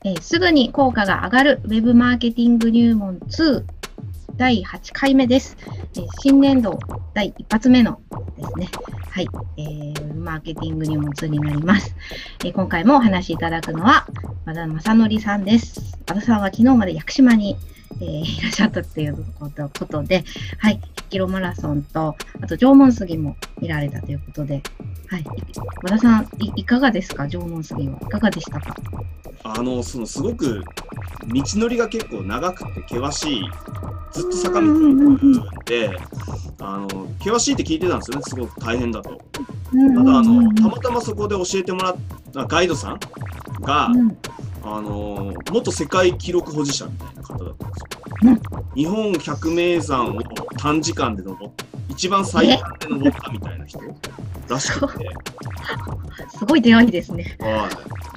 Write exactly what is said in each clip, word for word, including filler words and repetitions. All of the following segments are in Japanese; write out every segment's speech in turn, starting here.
えーすぐに効果が上がるウェブマーケティング入門ツーだいはちかいめです。えー新年度だい一発目のですね、はい、えーウェブマーケティング入門ツーになります。えー今回もお話しいただくのは和田正則さんです。和田さんは昨日まで屋久島に、えーいらっしゃったっていうことことで、はい、ひゃっキロマラソンと、あと縄文杉も見られたということで、はい、和田さんい、いかがですか、縄文杉は。いかがでしたか。 あのそのすごく道のりが結構長くて険しい、ずっと坂道に行くんで、あの険しいって聞いてたんですよね、すごく大変だと。ただあのたまたまそこで教えてもらったガイドさんが、うん、あの元世界記録保持者みたいな方だったんですよ。うん、日本百名山を短時間で登って、一番最短で登ったみたいな人らしくて。 すごい出会いですね。 はい。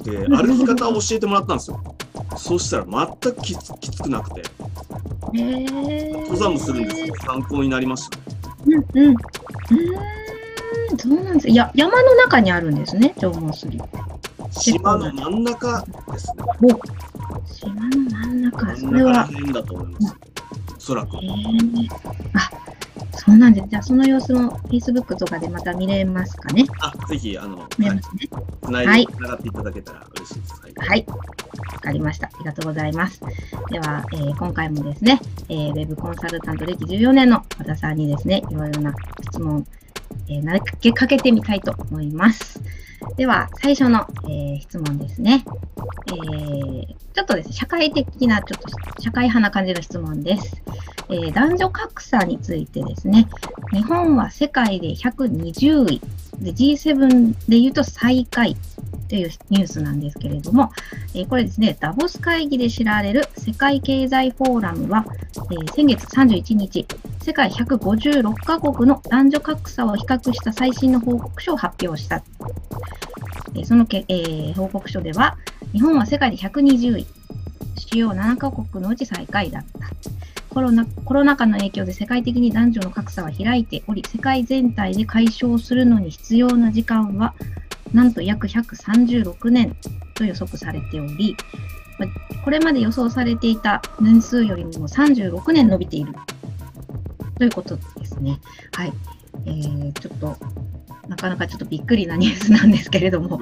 で、歩き方を教えてもらったんですよ。そうしたら全くきつきつくなくて、えー、登山もするんですけど参考になりましたね。 うんうん。うーん、そうなんです。いや、山の中にあるんですね、縄文杉。 島の真ん中ですね。 お、島の真ん中。 それは大変だと思います。おそらく。 えー、あ、そうなんです。じゃあその様子も Facebook とかでまた見れますかね。 あ、ぜひあの見れますね。 つないでつながっていただけたら嬉しいです。 はい。わかりました。ありがとうございます。では、えー、今回もですね、えー、ウェブコンサルタント歴じゅうよねんの和田さんにですね、いろいろな質問、えー、投げかけてみたいと思います。では、最初の、えー、質問ですね。えー、ちょっとですね、社会的な、ちょっと社会派な感じの質問です。えー、男女格差についてですね、日本は世界でひゃくにじゅういで ジーセブン でいうと最下位というニュースなんですけれども、えー、これですね、ダボス会議で知られる世界経済フォーラムは、えー、先月さんじゅういちにち、世界ひゃくごじゅうろっかこくの男女格差を比較した最新の報告書を発表した。えー、そのけ、えー、報告書では、日本は世界でひゃくにじゅうい、主要ななかこくのうち最下位だった。コロナ、コロナ禍の影響で世界的に男女の格差は開いており、世界全体で解消するのに必要な時間は、なんと約ひゃくさんじゅうろくねんと予測されており、これまで予想されていた年数よりもさんじゅうろくねん伸びているということですね。はい。えー、ちょっと、なかなかちょっとびっくりなニュースなんですけれども。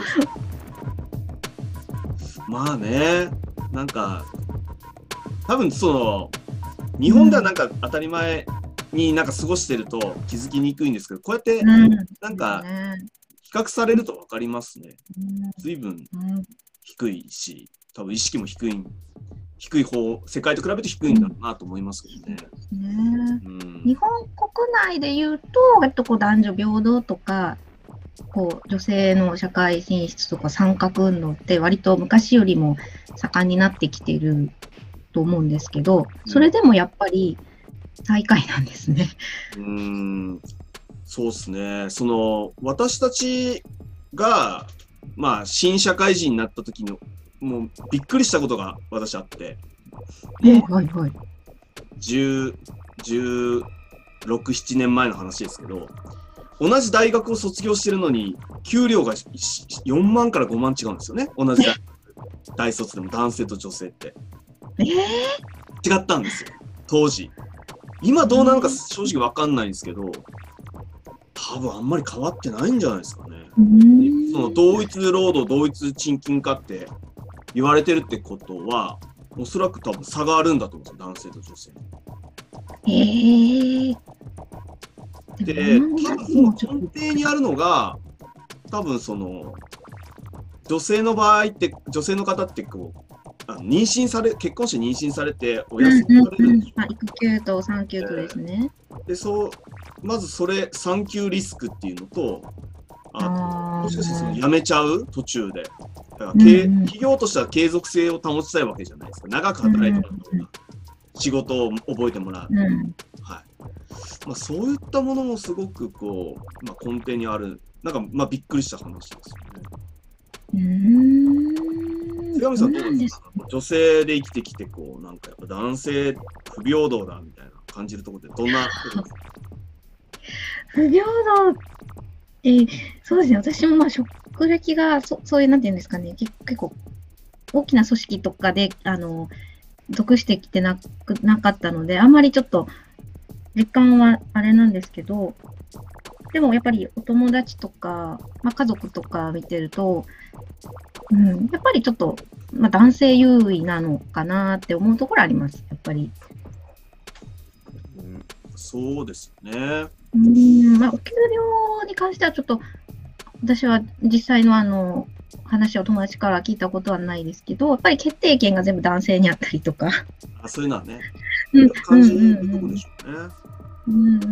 まあね、なんか、多分その、日本ではなんか当たり前になんか過ごしてると気づきにくいんですけど、こうやってなんか比較されると分かりますね。随分低いし、多分意識も低い、低い方、世界と比べて低いんだろうなと思いますけどね。 うん、日本国内でいうと、えっと、こう男女平等とか、こう女性の社会進出とか参画運動って割と昔よりも盛んになってきていると思うんですけど、それでもやっぱり最下位なんですね。 うーん、そうですね。その私たちがまあ新社会人になった時のもうびっくりしたことが私あって、 もうはいはい、 じゅう、じゅうろく、ななねんまえの話ですけど、同じ大学を卒業してるのに給料がよんまんからごまん違うんですよね。同じ大卒でも男性と女性って。 えー、 違ったんですよ、当時。今どうなのか正直わかんないんですけど、多分あんまり変わってないんじゃないですかね。その同一労働同一賃金化って言われてるってことは、おそらく多分差があるんだと思うんですよ、男性と女性。 へえー。 で、多分その根底にあるのが、多分その女性の場合って女性の方ってこうあの妊娠され結婚して妊娠されてお休みされるんでしょ、 うんうんうん、育休と産休とですね。 で、そうまずそれ産休リスクっていうのと、あともしかしてその辞めちゃう途中で、だから、うんうん、企業としては継続性を保ちたいわけじゃないですか。長く働いてもらった方が仕事を覚えてもらう、うん、はい。まあ、そういったものもすごくこう、まあ、根底にある、なんかまあびっくりした話ですよね。 うーん、 菅上さんどうですか？女性で生きてきてこうなんかやっぱ男性不平等だみたいな感じるところってどんなことですか？ 不平等、えー、そうですね。私もまあ職歴がそそういうなんていうんですかね、結構大きな組織とかで、あの、属してきてなく、なかったので、あんまりちょっと、実感はあれなんですけど、でもやっぱりお友達とか、まあ、家族とか見てると、うん、やっぱりちょっと、まあ、男性優位なのかなって思うところあります、やっぱり。 うん、そうですね。 うん、まあ、お給料に関してはちょっと、私は実際のあの、話を友達から聞いたことはないですけど、やっぱり決定権が全部男性にあったりとか。 あ、そういうのはね、 うん感じるとこでしょうね。 うんうんうん、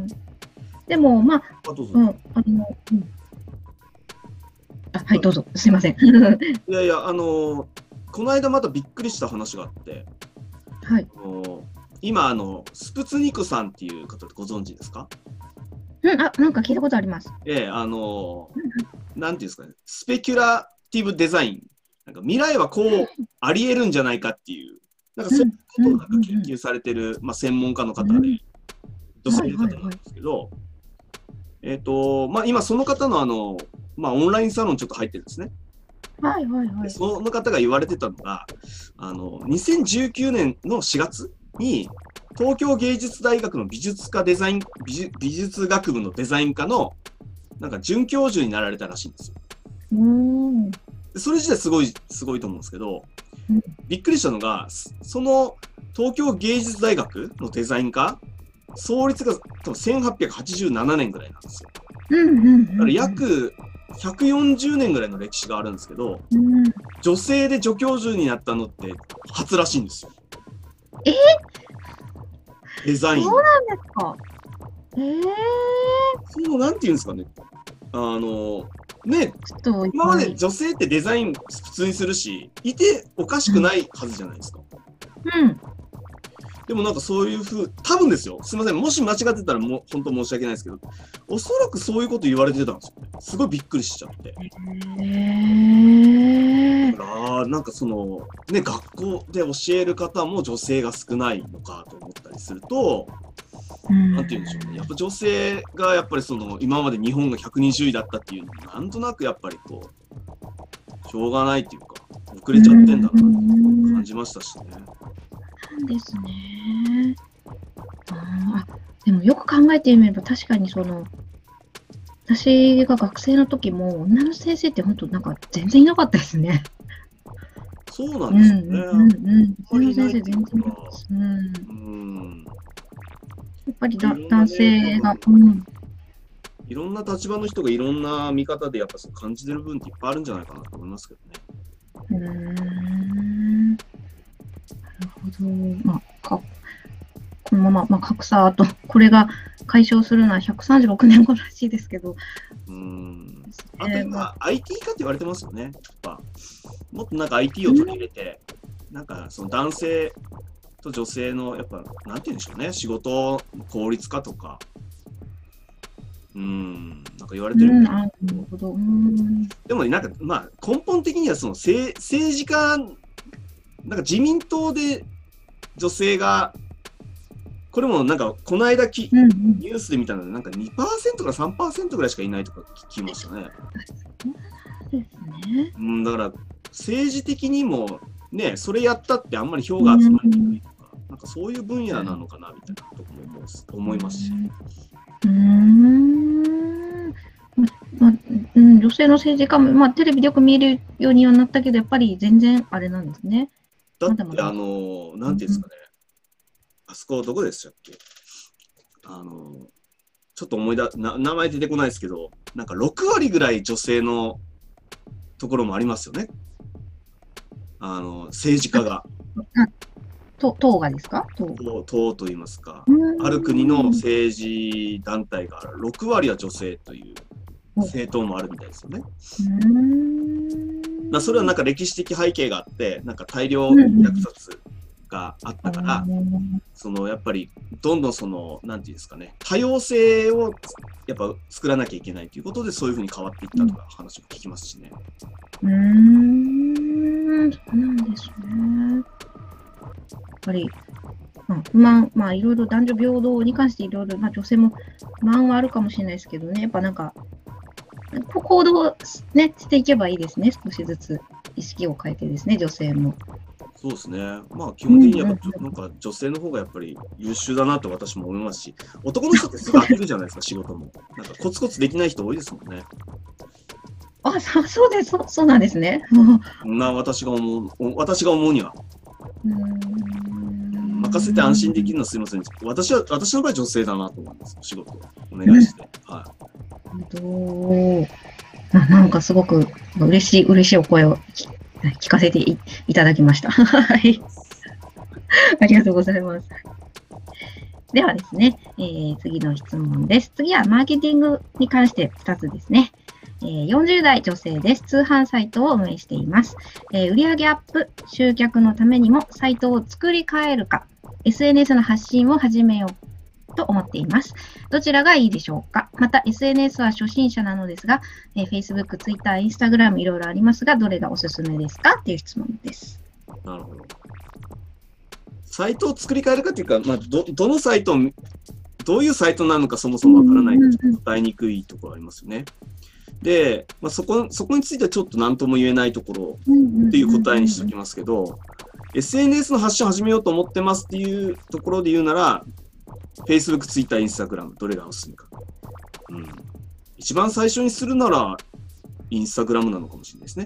でも、まあ、 あ、どうぞ。 うん、あの、うん、あ、はい、どうぞ。すいません。 いやいや、あのー、この間またびっくりした話があって、 はい。 あのー、今、あの、スプツニクさんっていう方ってご存知ですか？ うん、あ、なんか聞いたことあります。 ええ、あのー、なんていうんですかね、スペキュラティブデザイン。なんか未来はこうあり得るんじゃないかっていう、なんかそういうことをなんか研究されてる、まあ、専門家の方で、女性の方なんですけど、えっと、まあ、今その方のあの、まあ、オンラインサロンちょっと入ってるんですね。 はいはいはい。 その方が言われてたのが、あの、にせんじゅうきゅうねんのしがつに、東京芸術大学の美術科デザイン、美術、美術学部のデザイン科の、なんか准教授になられたらしいんですよ。 うーん。 それ自体すごい、すごいと思うんですけど、 うん、 びっくりしたのが、その東京芸術大学のデザイン科、創立が多分せんはっぴゃくはちじゅうななねんぐらいなんですよ。 うんうんうんうん、 だから約ひゃくよんじゅうねんぐらいの歴史があるんですけど、 うん、 女性で助教授になったのって初らしいんですよ。 えー、デザイン。 そうなんですか。えー、 そう、なんていうんですかね。あの、ね、今まで女性ってデザイン普通にするし、いておかしくないはずじゃないですか。 うん。 でもなんかそういうふう、多分ですよ。すみません。もし間違ってたらもう本当申し訳ないですけど、おそらくそういうこと言われてたんですよね。すごいびっくりしちゃって。 へー。 だからなんかそのね、学校で教える方も女性が少ないのかと思ったりすると、なんて言うんでしょうね。やっぱ女性がやっぱりその今まで日本がひゃくにじゅういだったっていうのもなんとなくやっぱりこうしょうがないっていうか遅れちゃってんだなって感じましたしね。 なんですね。あ、でもよく考えてみれば確かにその私が学生の時も女の先生って本当なんか全然いなかったですね。 そうなんですよね。 うんうんうん。女の先生全然いなかったです。うん。 うんやっぱりだ男性が、うん、 いろんな立場の人がいろんな見方でやっぱそう感じてる部分っていっぱいあるんじゃないかなと思いますけどね。 うーん、なるほど。まあ、かこのまま、まあ、格差と、これが解消するのはひゃくさんじゅうろくねんごらしいですけど。 うん。あと今、アイティー 化って言われてますよね。やっぱもっとなんか アイティー を取り入れて、うん、なんかその男性と女性のやっぱなんて言うんでしょうね、仕事の効率化とか、うん、なんか言われてるんだけど、うん、でもなんかまあ根本的にはその政政治家、なんか自民党で女性がこれもなんかこの間き、うんうん、ニュースで見たのでなんか にパーセント から さんパーセント ぐらいしかいないとか聞きましたね。 そうですね。 うん、だから政治的にもね、それやったってあんまり票が集まりにくいとか、うん、なんかそういう分野なのかなみたいなところも思いますし。 うーん、まあうん、女性の政治家も、まあ、テレビでよく見えるようにはなったけど、やっぱり全然あれなんですね。 だって、まだまだあの、なんていうんですかね、うん、あそこどこでしたっけ、あの、ちょっと思い出な、名前出てこないですけど、なんかろくわりぐらい女性のところもありますよね。あの、政治家が。 党党がですか？ 党、党といいますか、ある国の政治団体がろくわりは女性という政党もあるみたいですよね。まあそれはなんか歴史的背景があって、なんか大量虐殺があったから、そのやっぱりどんどんその、なんていうんですかね、多様性をやっぱ作らなきゃいけないということで、そういうふうに変わっていったとか話を聞きますしね。 うーん、そうなんですね。やっぱり、まあ、不満、まあ、いろいろ男女平等に関していろいろ、まあ、女性も不満はあるかもしれないですけどね、やっぱなんか、行動、ね、していけばいいですね、少しずつ。 意識を変えてですね、女性も。 そうですね。まあ基本的にやっぱ、なんか女性の方がやっぱり優秀だなと私も思いますし、男の人ってすぐ飽きるじゃないですか、仕事も。なんかコツコツできない人多いですもんね。 あ、そうそうです、そうそうなんですね。 な、私が思う、お私が思うには。 うーん任せて安心できるのはすいません。私は、私の場合女性だなと思います。仕事をお願いして。はい。 どうななんかすごく嬉しい、嬉しいお声を聞聞かせてい、いただきました。はい。ありがとうございます。ではですね、えー次の質問です。次はマーケティングに関してふたつですね。えーよんじゅう代女性です。通販サイトを運営しています。えー売上アップ、集客のためにもサイトを作り変えるか、エスエヌエス の発信を始めようと思っています。どちらがいいでしょうか。また エスエヌエス は初心者なのですが、えー Facebook、Twitter、Instagram いろいろありますが、どれがおすすめですかっていう質問です。 なるほど。サイトを作り変えるかというか、まあ、ど、どのサイトを、どういうサイトなのかそもそもわからないと答えにくいところありますよね。で、まあ、そこ、そこについてはちょっと何とも言えないところっていう答えにしておきますけど、エスエヌエス の発信を始めようと思ってますっていうところで言うなら、Facebook、Twitter、Instagram、どれがおすすめか。うん。一番最初にするなら、Instagram なのかもしれないですね。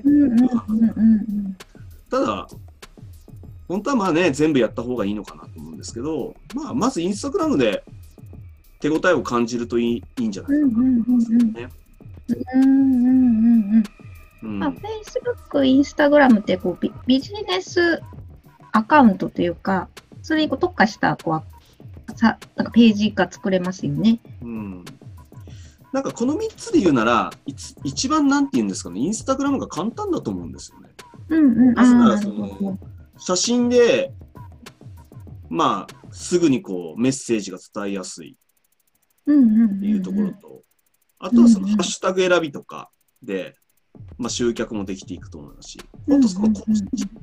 ただ、本当はまあね、全部やった方がいいのかなと思うんですけど、まあ、まずインスタグラムで手応えを感じるといい、いいんじゃないかなと思いますね。 うんうんうんうんうん。まあ、Facebook、Instagram ってこうビ、ビジネスアカウントというか、それにこう特化したこうさなんかページが作れますよね。 うん。なんかこのみっつで言うなら、いつ一番なんて言うんですかね、インスタグラムが簡単だと思うんですよね。 うんうん。 なぜならそあーなるほどの、写真で、まあ、すぐにこう、メッセージが伝えやすいうんうんうんうんっていうところと、あとはそのうんうんハッシュタグ選びとかで、まあ、集客もできていくと思いますし、本当その、 うんうんうん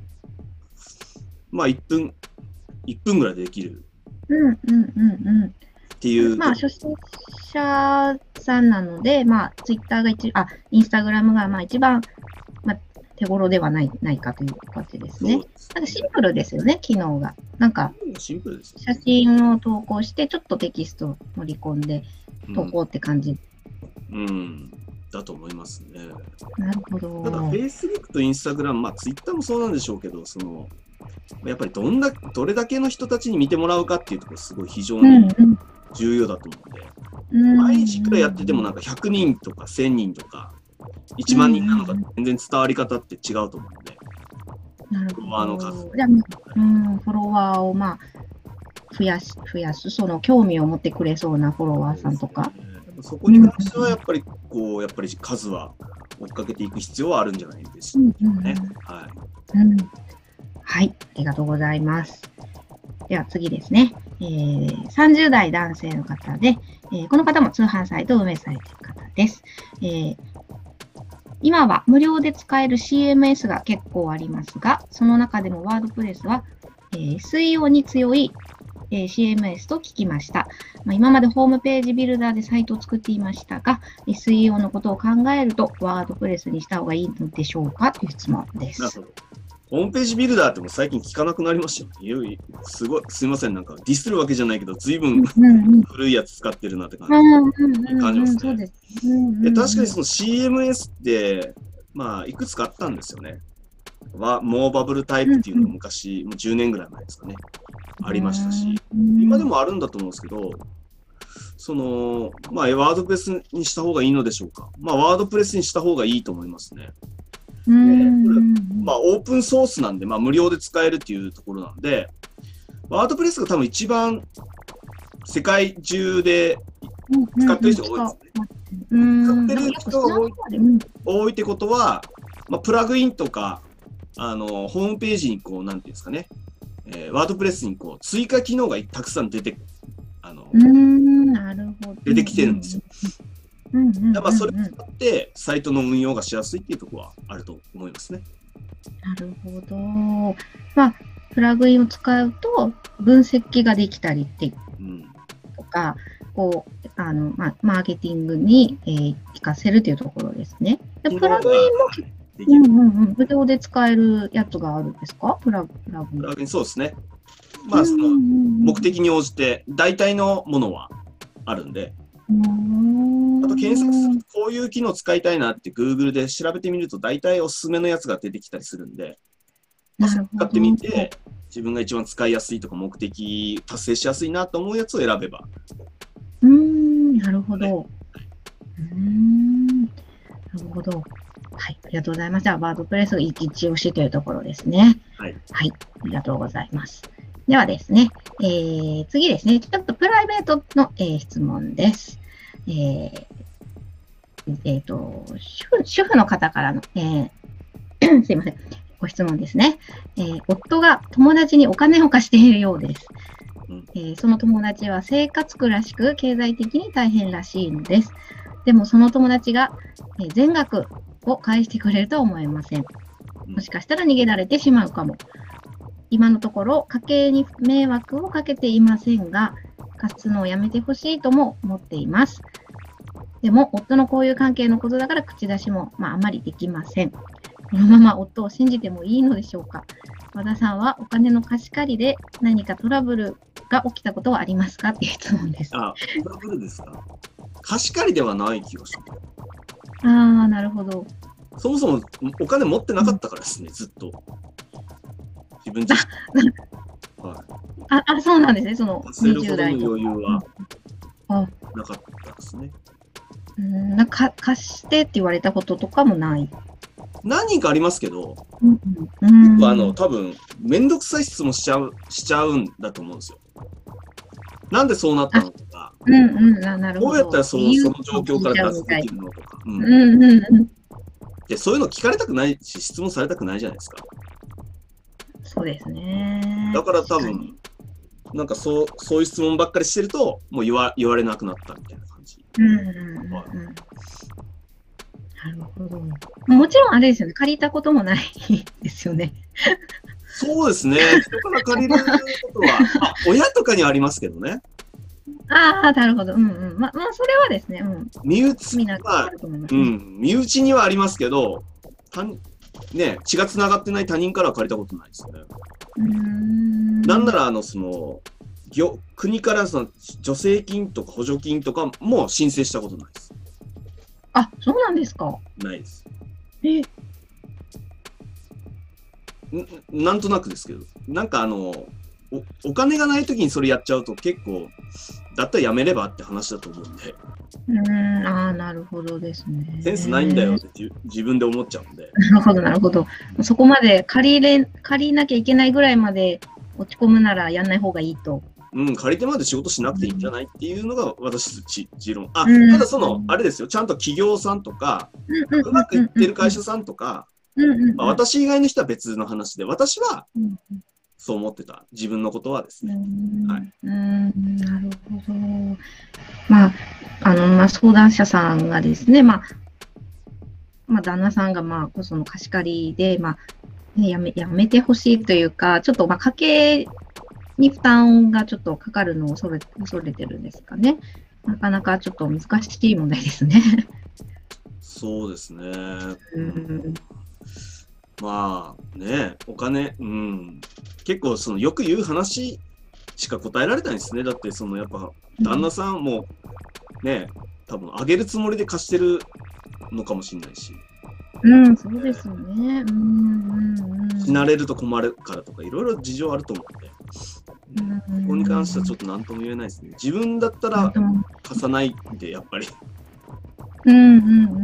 まあ、いっぷん、いっぷんぐらいでできるうんうんうんうん。 っていう。 まあ、初心者さんなので、まあ、ツイッターが一、あ、インスタグラムがまあ一番、まあ、手頃ではない、ないかという感じですね。 そうですなんかシンプルですよね、機能が。なんか、 シンプルですよ写ね。 真を投稿して、ちょっとテキストを盛り込んで投稿って感じ。 うん、うんだと思いますね。 なるほど。 ただ、Facebook と Instagram、まあ、Twitter もそうなんでしょうけど、その、やっぱりどんだどれだけの人たちに見てもらうかっていうところすごい非常うんにうん重要だと思うので、 うん毎日いくらやっててもなんかひゃくにんとかせんにんとかいちまんにんなのか全然伝わり方って違うと思うので、 なるフォロワーのほ数ど。じゃあ、うん、フォロワーをまあ増やし、増やす、その興味を持ってくれそうなフォロワーさんとか。 そこに関してはやっぱりこうやっぱり数は追っかけていく必要はあるんじゃないでしょうかね。はい。 うん、はい、ありがとうございます。では次ですね。えー、さんじゅう代男性の方で、えーこの方も通販サイトを運営されている方です。えー今は無料で使える シーエムエス が結構ありますが、その中でもワードプレスは、えー、エスイーオー に強い、えー シーエムエス と聞きました。まあ、今までホームページビルダーでサイトを作っていましたが、エスイーオー のことを考えるとワードプレスにした方がいいのでしょうかという質問です。 なるほど。ホームページビルダーってもう最近聞かなくなりましたよね。いよいよすごい、すいません、なんかディスるわけじゃないけど、ずいぶんうんうん古いやつ使ってるなって感じ。 うんうんうん感じますねそうです。うんうんうんで確かにその シーエムエス って、まあ、いくつかあったんですよね。はモーバブルタイプっていうのが昔、もうじゅうねんぐらい前ですかね。ありましたし、今でもあるんだと思うんですけど、その、まあ、ワードプレスにした方がいいのでしょうか。まあ、ワードプレスにした方がいいと思いますね。 うんまあ、オープンソースなんで、まあ、無料で使えるっていうところなんで、ワードプレスが多分一番世界中で使ってる人が多いですね。使ってる人が多い多いってことは、まあ、プラグインとか、あの、ホームページにこう、なんていうんですかね、えー、ワードプレスにこう、追加機能がたくさん出て、あの、 なるほど出てきてるんですよ。 うんうんうんうん、 だからそれを使ってサイトの運用がしやすいっていうところはあると思いますね。 なるほど。まあ、プラグインを使うと分析ができたりって、うん、とか、こう、あの、まあ、マーケティングに、えー、活かせるというところですね。でプラグインもできる。 うんうんうん。無料で使えるやつがあるんですか？プラグ、プラグプラグイン、そうですね。まあ、その、目的に応じて、大体のものはあるんで、あと検索すると、こういう機能使いたいなって Google で調べてみると、大体おすすめのやつが出てきたりするんで、まあ、それ使ってみて、自分が一番使いやすいとか、目的達成しやすいなと思うやつを選べば。 うーん、なるほど。うーん、なるほど。はい、ありがとうございます。じゃあ、ワードプレス一押しというところですね。 はい。 はい、ありがとうございます。ではですね、えー、次ですね、ちょっとプライベートの、えー、質問です。えーえーと主婦、主婦の方からの、えー、すいません、ご質問ですね、えー。夫が友達にお金を貸しているようです。えー、その友達は生活苦しく経済的に大変らしいのです。でもその友達が、えー、全額を返してくれるとは思えません。もしかしたら逃げられてしまうかも。今のところ家計に迷惑をかけていませんが、貸すのをやめてほしいとも思っています。でも夫の交友関係のことだから口出しも、まあ、あまりできません。このまま夫を信じてもいいのでしょうか。和田さんはお金の貸し借りで何かトラブルが起きたことはありますかっていう質問です。 あ、トラブルですか。貸し借りではない気がします。 ああ、なるほど。 そもそもお金持ってなかったからですね、うん、ずっと。自分自身。はい、 あ, あ、そうなんですね、そのにじゅう代の余裕はなかったですね。 うん、なんか貸してって言われたこととかもない？ 何人かありますけど、 うんうん、 結構あの多分めんどくさい質問しちゃうしちゃうんだと思うんですよ。なんでそうなったのとか、 うんうん、なるほど。 どうやったらそのその状況から脱出できるのとか、 うんうんうん、 でそういうの聞かれたくないし、質問されたくないじゃないですか。 そうですね。 だから多分なんかそうそういう質問ばっかりしてるともう言わ言われなくなったみたいな感じ。 うんうんうんうん、なるほど。もちろんあれですよね。借りたこともないですよね。 そうですね。人から借りることはあ親とかにはありますけどね。 ああ、なるほど。うんうん。ま、まあ、それはですね。うん、 身内は、うん、身内にはありますけど、たね、血がつながってない他人からは借りたことないですよね。うーんなんなら、あの、その、国からその助成金とか補助金とかも申請したことないです。 あ、そうなんですか。 ないです。 えな, なんとなくですけど、なんかあの、お, お金がないときにそれやっちゃうと結構、だったらやめればって話だと思うんで。 うーん、ああ、なるほどですね。 センスないんだよって自分で思っちゃうんで。 なるほど、なるほど。そこまで借りれ、借りなきゃいけないぐらいまで落ち込むならやんない方がいいと。 うん、借りてまで仕事しなくていいんじゃないっていうのが私たち持論。あ、ただその、あれですよ、ちゃんと企業さんとか、うまくいってる会社さんとか、まあ、私以外の人は別の話で、私はそう思ってた、自分のことはですね。はい、 うん、なるほど。まあ、あの、まあ、相談者さんがですね、まあ、まあ、旦那さんが、まあ、その貸し借りで、まあ、ね、やめ、やめてほしいというか、ちょっと、まあ、家計に負担がちょっとかかるのを恐れ、恐れてるんですかね。なかなかちょっと難しい問題ですね。 そうですね。 うん、 まあね、お金、うん、結構そのよく言う話しか答えられないですね。だってそのやっぱ旦那さんもね、多分あげるつもりで貸してるのかもしれないし。 うん、そうですよね。うんうんうん、 死なれると困るからとかいろいろ事情あると思うんで、うん、ここに関してはちょっと何とも言えないですね。自分だったら貸さないんでやっぱり。 うんうんうんうんうん。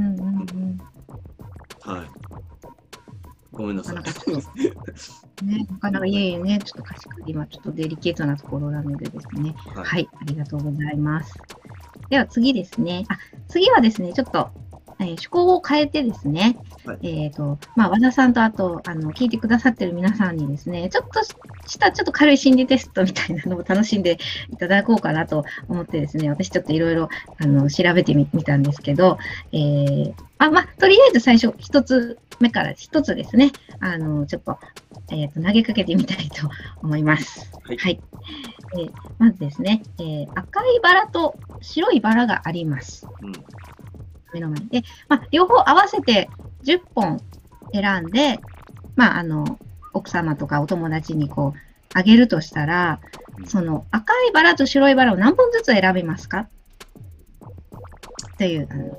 はい。ごめんなさい。 ね、なかなかいえいえね、ちょっと貸し借りはちょっとデリケートなところなのでですね。はい、はい、ありがとうございます。では次ですね。あ、次はですね、ちょっと、えー、趣向を変えてですね、はい、えっと、まあ、和田さんとあと、あの、聞いてくださってる皆さんにですね、ちょっとしたちょっと軽い心理テストみたいなのを楽しんでいただこうかなと思ってですね、私ちょっといろいろ、あの、調べてみたんですけど、えー、あ、まあ、とりあえず最初、一つ目から一つですね、あの、ちょっと、えっと、投げかけてみたいと思います。はい。はい、えー、まずですね、えー、赤いバラと白いバラがあります。うん、目の前で、まあ、両方合わせてじゅっぽん選んで、まあ、あの、奥様とかお友達にこう、あげるとしたら、その赤いバラと白いバラを何本ずつ選びますかっていう、あの、はい、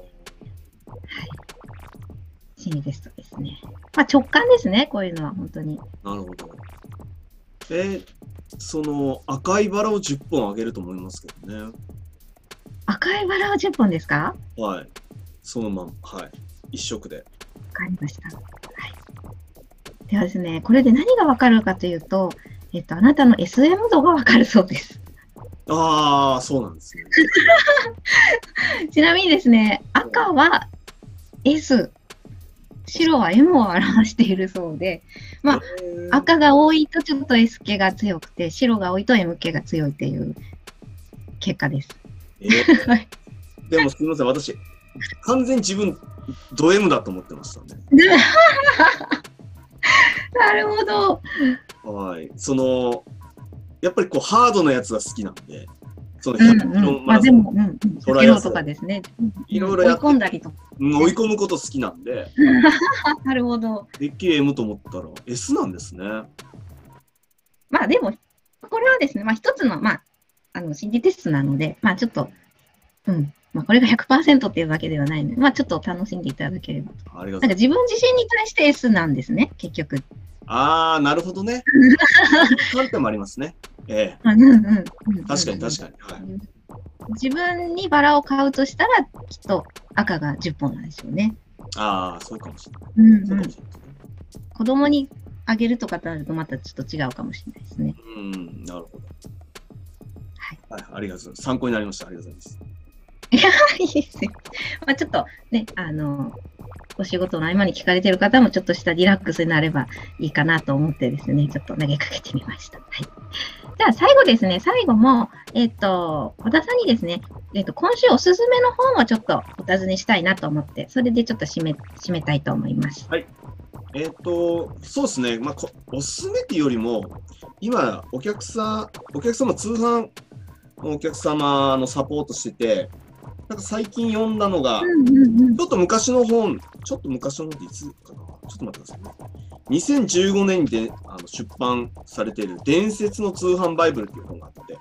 心理テストですね。まあ、直感ですね、こういうのは本当に。 なるほど。えー、その赤いバラをじゅっぽんあげると思いますけどね。 赤いバラをじゅっぽんですか？ はい。そのまま、はい。一色で。わかりました。はい。ではですね、これで何がわかるかというと、えっと、あなたの エスエム 度がわかるそうです。 ああ、そうなんですね。 ちなみにですね、赤は エス、白は エム を表しているそうで、まあ、赤が多いとちょっと エス 系が強くて、白が多いと エム 系が強いっていう結果です。 えー、でもすみません、私、完全に自分、ド M だと思ってましたね。 なるほど。 はい。その、やっぱりこう、ハードなやつが好きなんで、そのひゃくキロマラソン、うんうん、トライアスロンとかですね。いろいろやって、追い込んだりとか、 ね。追い込むこと好きなんで。 なるほど。 でっけえ M と思ったら S なんですね。 まあでも、これはですね、まあ一つの、まあ、あの、心理テストなので、まあちょっと、うん。まあこれが ひゃくパーセント っていうわけではないので、まあちょっと楽しんでいただければと。ありがとうございます。なんか自分自身に対して S なんですね、結局。 ああ、なるほどね。観点もありますね。ええ。確かに確かに。はい。 自分にバラを買うとしたら、きっと赤がじゅっぽんなんですよね。 ああ、そうかもしれない。うんうん、 子供にあげるとかとなると、またちょっと違うかもしれないですね。 うん、なるほど。はい。はい、ありがとうございます。参考になりました。ありがとうございます。 いや、いいですね。まあちょっとね、あの、お仕事の合間に聞かれている方もちょっとしたリラックスになればいいかなと思ってですね、ちょっと投げかけてみました。はい。じゃあ最後ですね、最後も、えっと、和田さんにですね、えっと、今週おすすめの本をちょっとお尋ねしたいなと思って、それでちょっと締め、締めたいと思います。 はい。えっと、そうですね、まあ、おすすめっていうよりも、今、お客さん、お客様、通販のお客様のサポートしてて、なんか最近読んだのが、うんうんうん、ちょっと昔の本、ちょっと昔の本っていつかな、ちょっと待ってくださいね。にせんじゅうごねんにであの出版されている伝説の通販バイブルっていう本があって、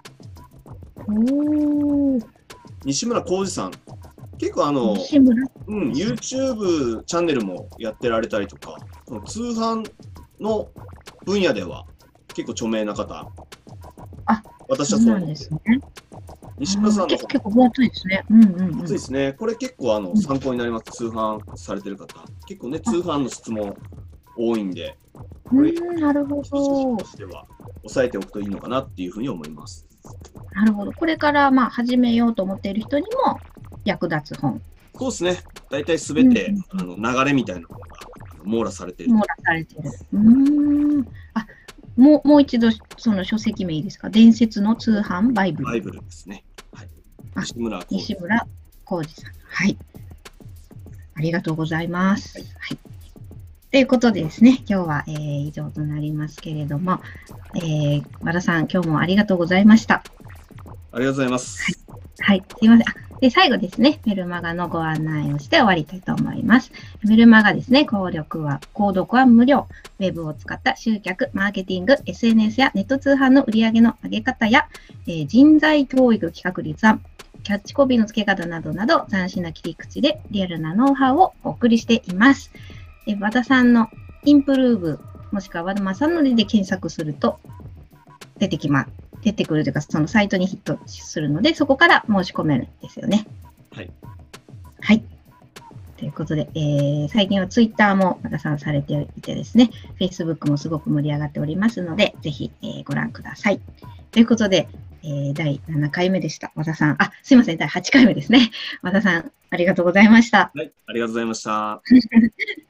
お西村浩二さん、結構あの、うん、YouTube チャンネルもやってられたりとか、その通販の分野では結構著名な方、 あ、 私はそうなんですね。西村さんの結構分厚いですね。うんうんうん、 厚いですね。これ結構あの参考になります。通販されてる方。結構ね、通販の質問多いんで、 これ、なるほど。 としては押さえておくといいのかなっていうふうに思います。 なるほど。これからまあ始めようと思っている人にも役立つ本。 そうですね。大体すべて、うんうん、あの流れみたいなものが網羅されている。 網羅されている。うーん。あ、もうもう一度その書籍名いいですか。伝説の通販バイブル。 バイブルですね。はい。 西村西村浩二さん。はい。ありがとうございます。はい。はい、ということでですね、今日は、えー、以上となりますけれども、えー、和田さん、今日もありがとうございました。 ありがとうございます。 はい。はい、すいません。あで、最後ですね、メルマガのご案内をして終わりたいと思います。メルマガですね、購読は、購読は無料。ウェブを使った集客、マーケティング、エスエヌエス やネット通販の売り上げの上げ方や、えー、人材教育企画立案、キャッチコピーの付け方などなど、斬新な切り口でリアルなノウハウをお送りしています。え和田さんのインプルーブ、もしくは和田正則で検索すると出てきます。出てくるというか、そのサイトにヒットするので、そこから申し込めるんですよね。 はい。 はい。ということで、えー、最近はツイッターも和田さんされていてですね、Facebook もすごく盛り上がっておりますので、ぜひ、えー、ご覧ください。ということで、えー、だいななかいめでした。和田さん、あ、すいません、だいはちかいめですね。和田さん、ありがとうございました。 はい、ありがとうございました。